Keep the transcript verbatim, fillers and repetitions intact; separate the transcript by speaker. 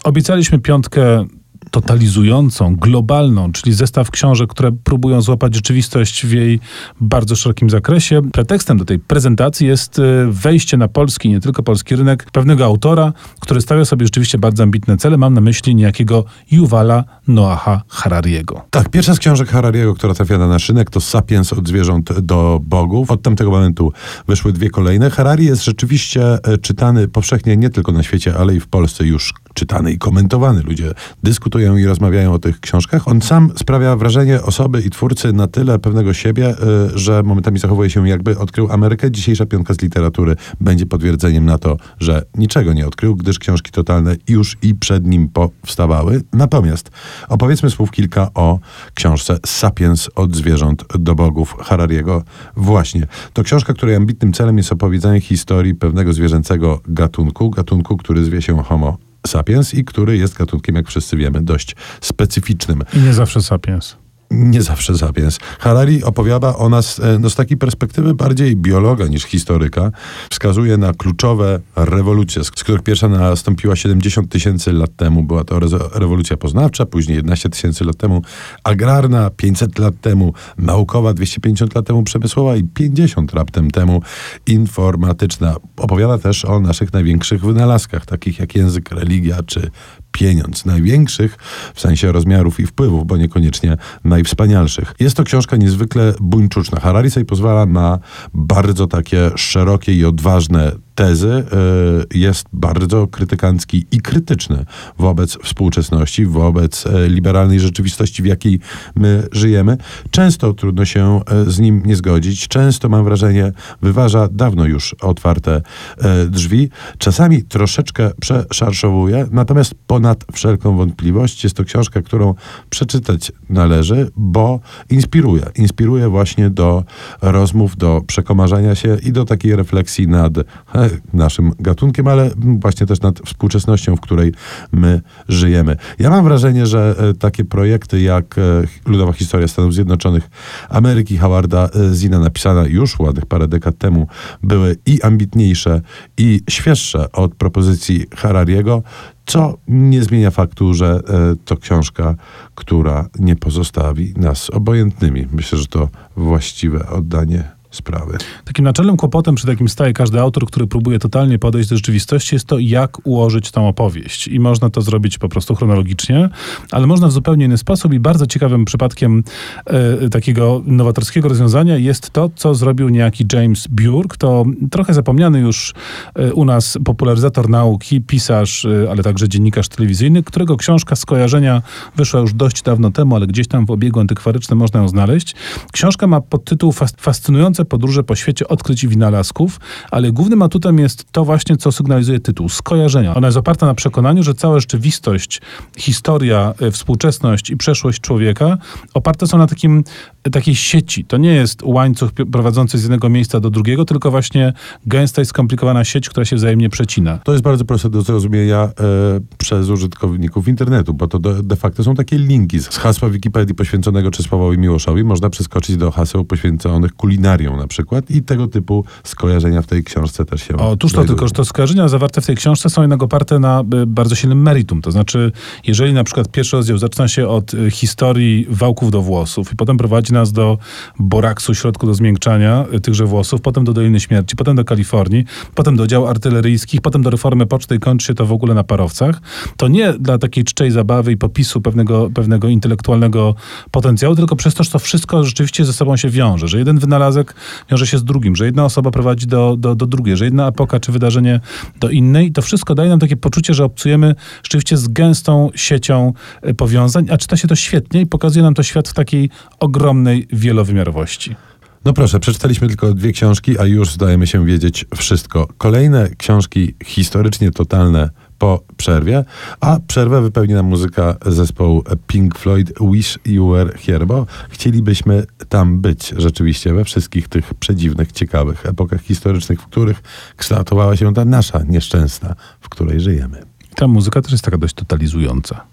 Speaker 1: Obiecaliśmy piątkę totalizującą, globalną, czyli zestaw książek, które próbują złapać rzeczywistość w jej bardzo szerokim zakresie. Pretekstem do tej prezentacji jest wejście na polski, nie tylko polski rynek, pewnego autora, który stawia sobie rzeczywiście bardzo ambitne cele. Mam na myśli niejakiego Yuvala Noaha Harariego.
Speaker 2: Tak, pierwsza z książek Harariego, która trafia na nasz rynek, to Sapiens od zwierząt do bogów. Od tamtego momentu wyszły dwie kolejne. Harari jest rzeczywiście czytany powszechnie nie tylko na świecie, ale i w Polsce już czytany i komentowany. Ludzie dyskutują i rozmawiają o tych książkach. On sam sprawia wrażenie osoby i twórcy na tyle pewnego siebie, że momentami zachowuje się, jakby odkrył Amerykę. Dzisiejsza piątka z literatury będzie potwierdzeniem na to, że niczego nie odkrył, gdyż książki totalne już i przed nim powstawały. Natomiast opowiedzmy słów kilka o książce Sapiens od zwierząt do bogów Harariego. Właśnie. To książka, której ambitnym celem jest opowiedzenie historii pewnego zwierzęcego gatunku, gatunku, który zwie się Homo sapiens i który jest gatunkiem, jak wszyscy wiemy, dość specyficznym.
Speaker 1: I nie zawsze sapiens.
Speaker 2: Nie zawsze sapiens. Harari opowiada o nas no, z takiej perspektywy bardziej biologa niż historyka. Wskazuje na kluczowe rewolucje, z których pierwsza nastąpiła siedemdziesiąt tysięcy lat temu. Była to rewolucja poznawcza, później jedenaście tysięcy lat temu agrarna, pięćset lat temu naukowa, dwieście pięćdziesiąt lat temu przemysłowa i pięćdziesiąt raptem temu informatyczna. Opowiada też o naszych największych wynalazkach, takich jak język, religia czy pieniądz. Największych w sensie rozmiarów i wpływów, bo niekoniecznie najwspanialszych. Jest to książka niezwykle buńczuczna. Harari sobie pozwala na bardzo takie szerokie i odważne tezy. Jest bardzo krytykancki i krytyczny wobec współczesności, wobec liberalnej rzeczywistości, w jakiej my żyjemy. Często trudno się z nim nie zgodzić. Często, mam wrażenie, wyważa dawno już otwarte drzwi. Czasami troszeczkę przeszarżowuje, natomiast ponad wszelką wątpliwość jest to książka, którą przeczytać należy, bo inspiruje. Inspiruje właśnie do rozmów, do przekomarzania się i do takiej refleksji nad naszym gatunkiem, ale właśnie też nad współczesnością, w której my żyjemy. Ja mam wrażenie, że takie projekty jak Ludowa Historia Stanów Zjednoczonych Ameryki Howarda Zinna, napisana już ładnych parę dekad temu, były i ambitniejsze, i świeższe od propozycji Harariego, co nie zmienia faktu, że to książka, która nie pozostawi nas obojętnymi. Myślę, że to właściwe oddanie sprawy.
Speaker 1: Takim naczelnym kłopotem, przed jakim staje każdy autor, który próbuje totalnie podejść do rzeczywistości, jest to, jak ułożyć tą opowieść. I można to zrobić po prostu chronologicznie, ale można w zupełnie inny sposób i bardzo ciekawym przypadkiem e, takiego nowatorskiego rozwiązania jest to, co zrobił niejaki James Burke. To trochę zapomniany już e, u nas popularyzator nauki, pisarz, e, ale także dziennikarz telewizyjny, którego książka Skojarzenia wyszła już dość dawno temu, ale gdzieś tam w obiegu antykwarycznym można ją znaleźć. Książka ma podtytuł fas- Fascynujące podróże po świecie odkryć i wynalazków, ale głównym atutem jest to właśnie, co sygnalizuje tytuł, skojarzenia. Ona jest oparta na przekonaniu, że cała rzeczywistość, historia, współczesność i przeszłość człowieka oparte są na takim, takiej sieci. To nie jest łańcuch prowadzący z jednego miejsca do drugiego, tylko właśnie gęsta i skomplikowana sieć, która się wzajemnie przecina.
Speaker 2: To jest bardzo proste do zrozumienia e, przez użytkowników internetu, bo to de, de facto są takie linki. Z hasła Wikipedii poświęconego Czesławowi Miłoszowi można przeskoczyć do haseł poświęconych kulinarią na przykład i tego typu skojarzenia w tej książce też się
Speaker 1: Otóż to, tylko że to skojarzenia zawarte w tej książce są jednak oparte na bardzo silnym meritum. To znaczy, jeżeli na przykład pierwszy rozdział zaczyna się od historii wałków do włosów i potem prowadzi nas do boraksu, środku do zmiękczania tychże włosów, potem do Doliny Śmierci, potem do Kalifornii, potem do dział artyleryjskich, potem do reformy poczty i kończy się to w ogóle na parowcach, to nie dla takiej czczej zabawy i popisu pewnego, pewnego intelektualnego potencjału, tylko przez to, że to wszystko rzeczywiście ze sobą się wiąże, że jeden wynalazek wiąże się z drugim, że jedna osoba prowadzi do, do, do drugiej, że jedna epoka czy wydarzenie do innej. To wszystko daje nam takie poczucie, że obcujemy rzeczywiście z gęstą siecią powiązań, a czyta się to świetnie i pokazuje nam to świat w takiej ogromnej wielowymiarowości.
Speaker 2: No proszę, przeczytaliśmy tylko dwie książki, a już zdajemy się wiedzieć wszystko. Kolejne książki historycznie totalne po przerwie, a przerwę wypełni nam muzyka zespołu Pink Floyd Wish You Were Here, bo chcielibyśmy tam być rzeczywiście we wszystkich tych przedziwnych, ciekawych epokach historycznych, w których kształtowała się ta nasza nieszczęsna, w której żyjemy.
Speaker 1: Ta muzyka też jest taka dość totalizująca.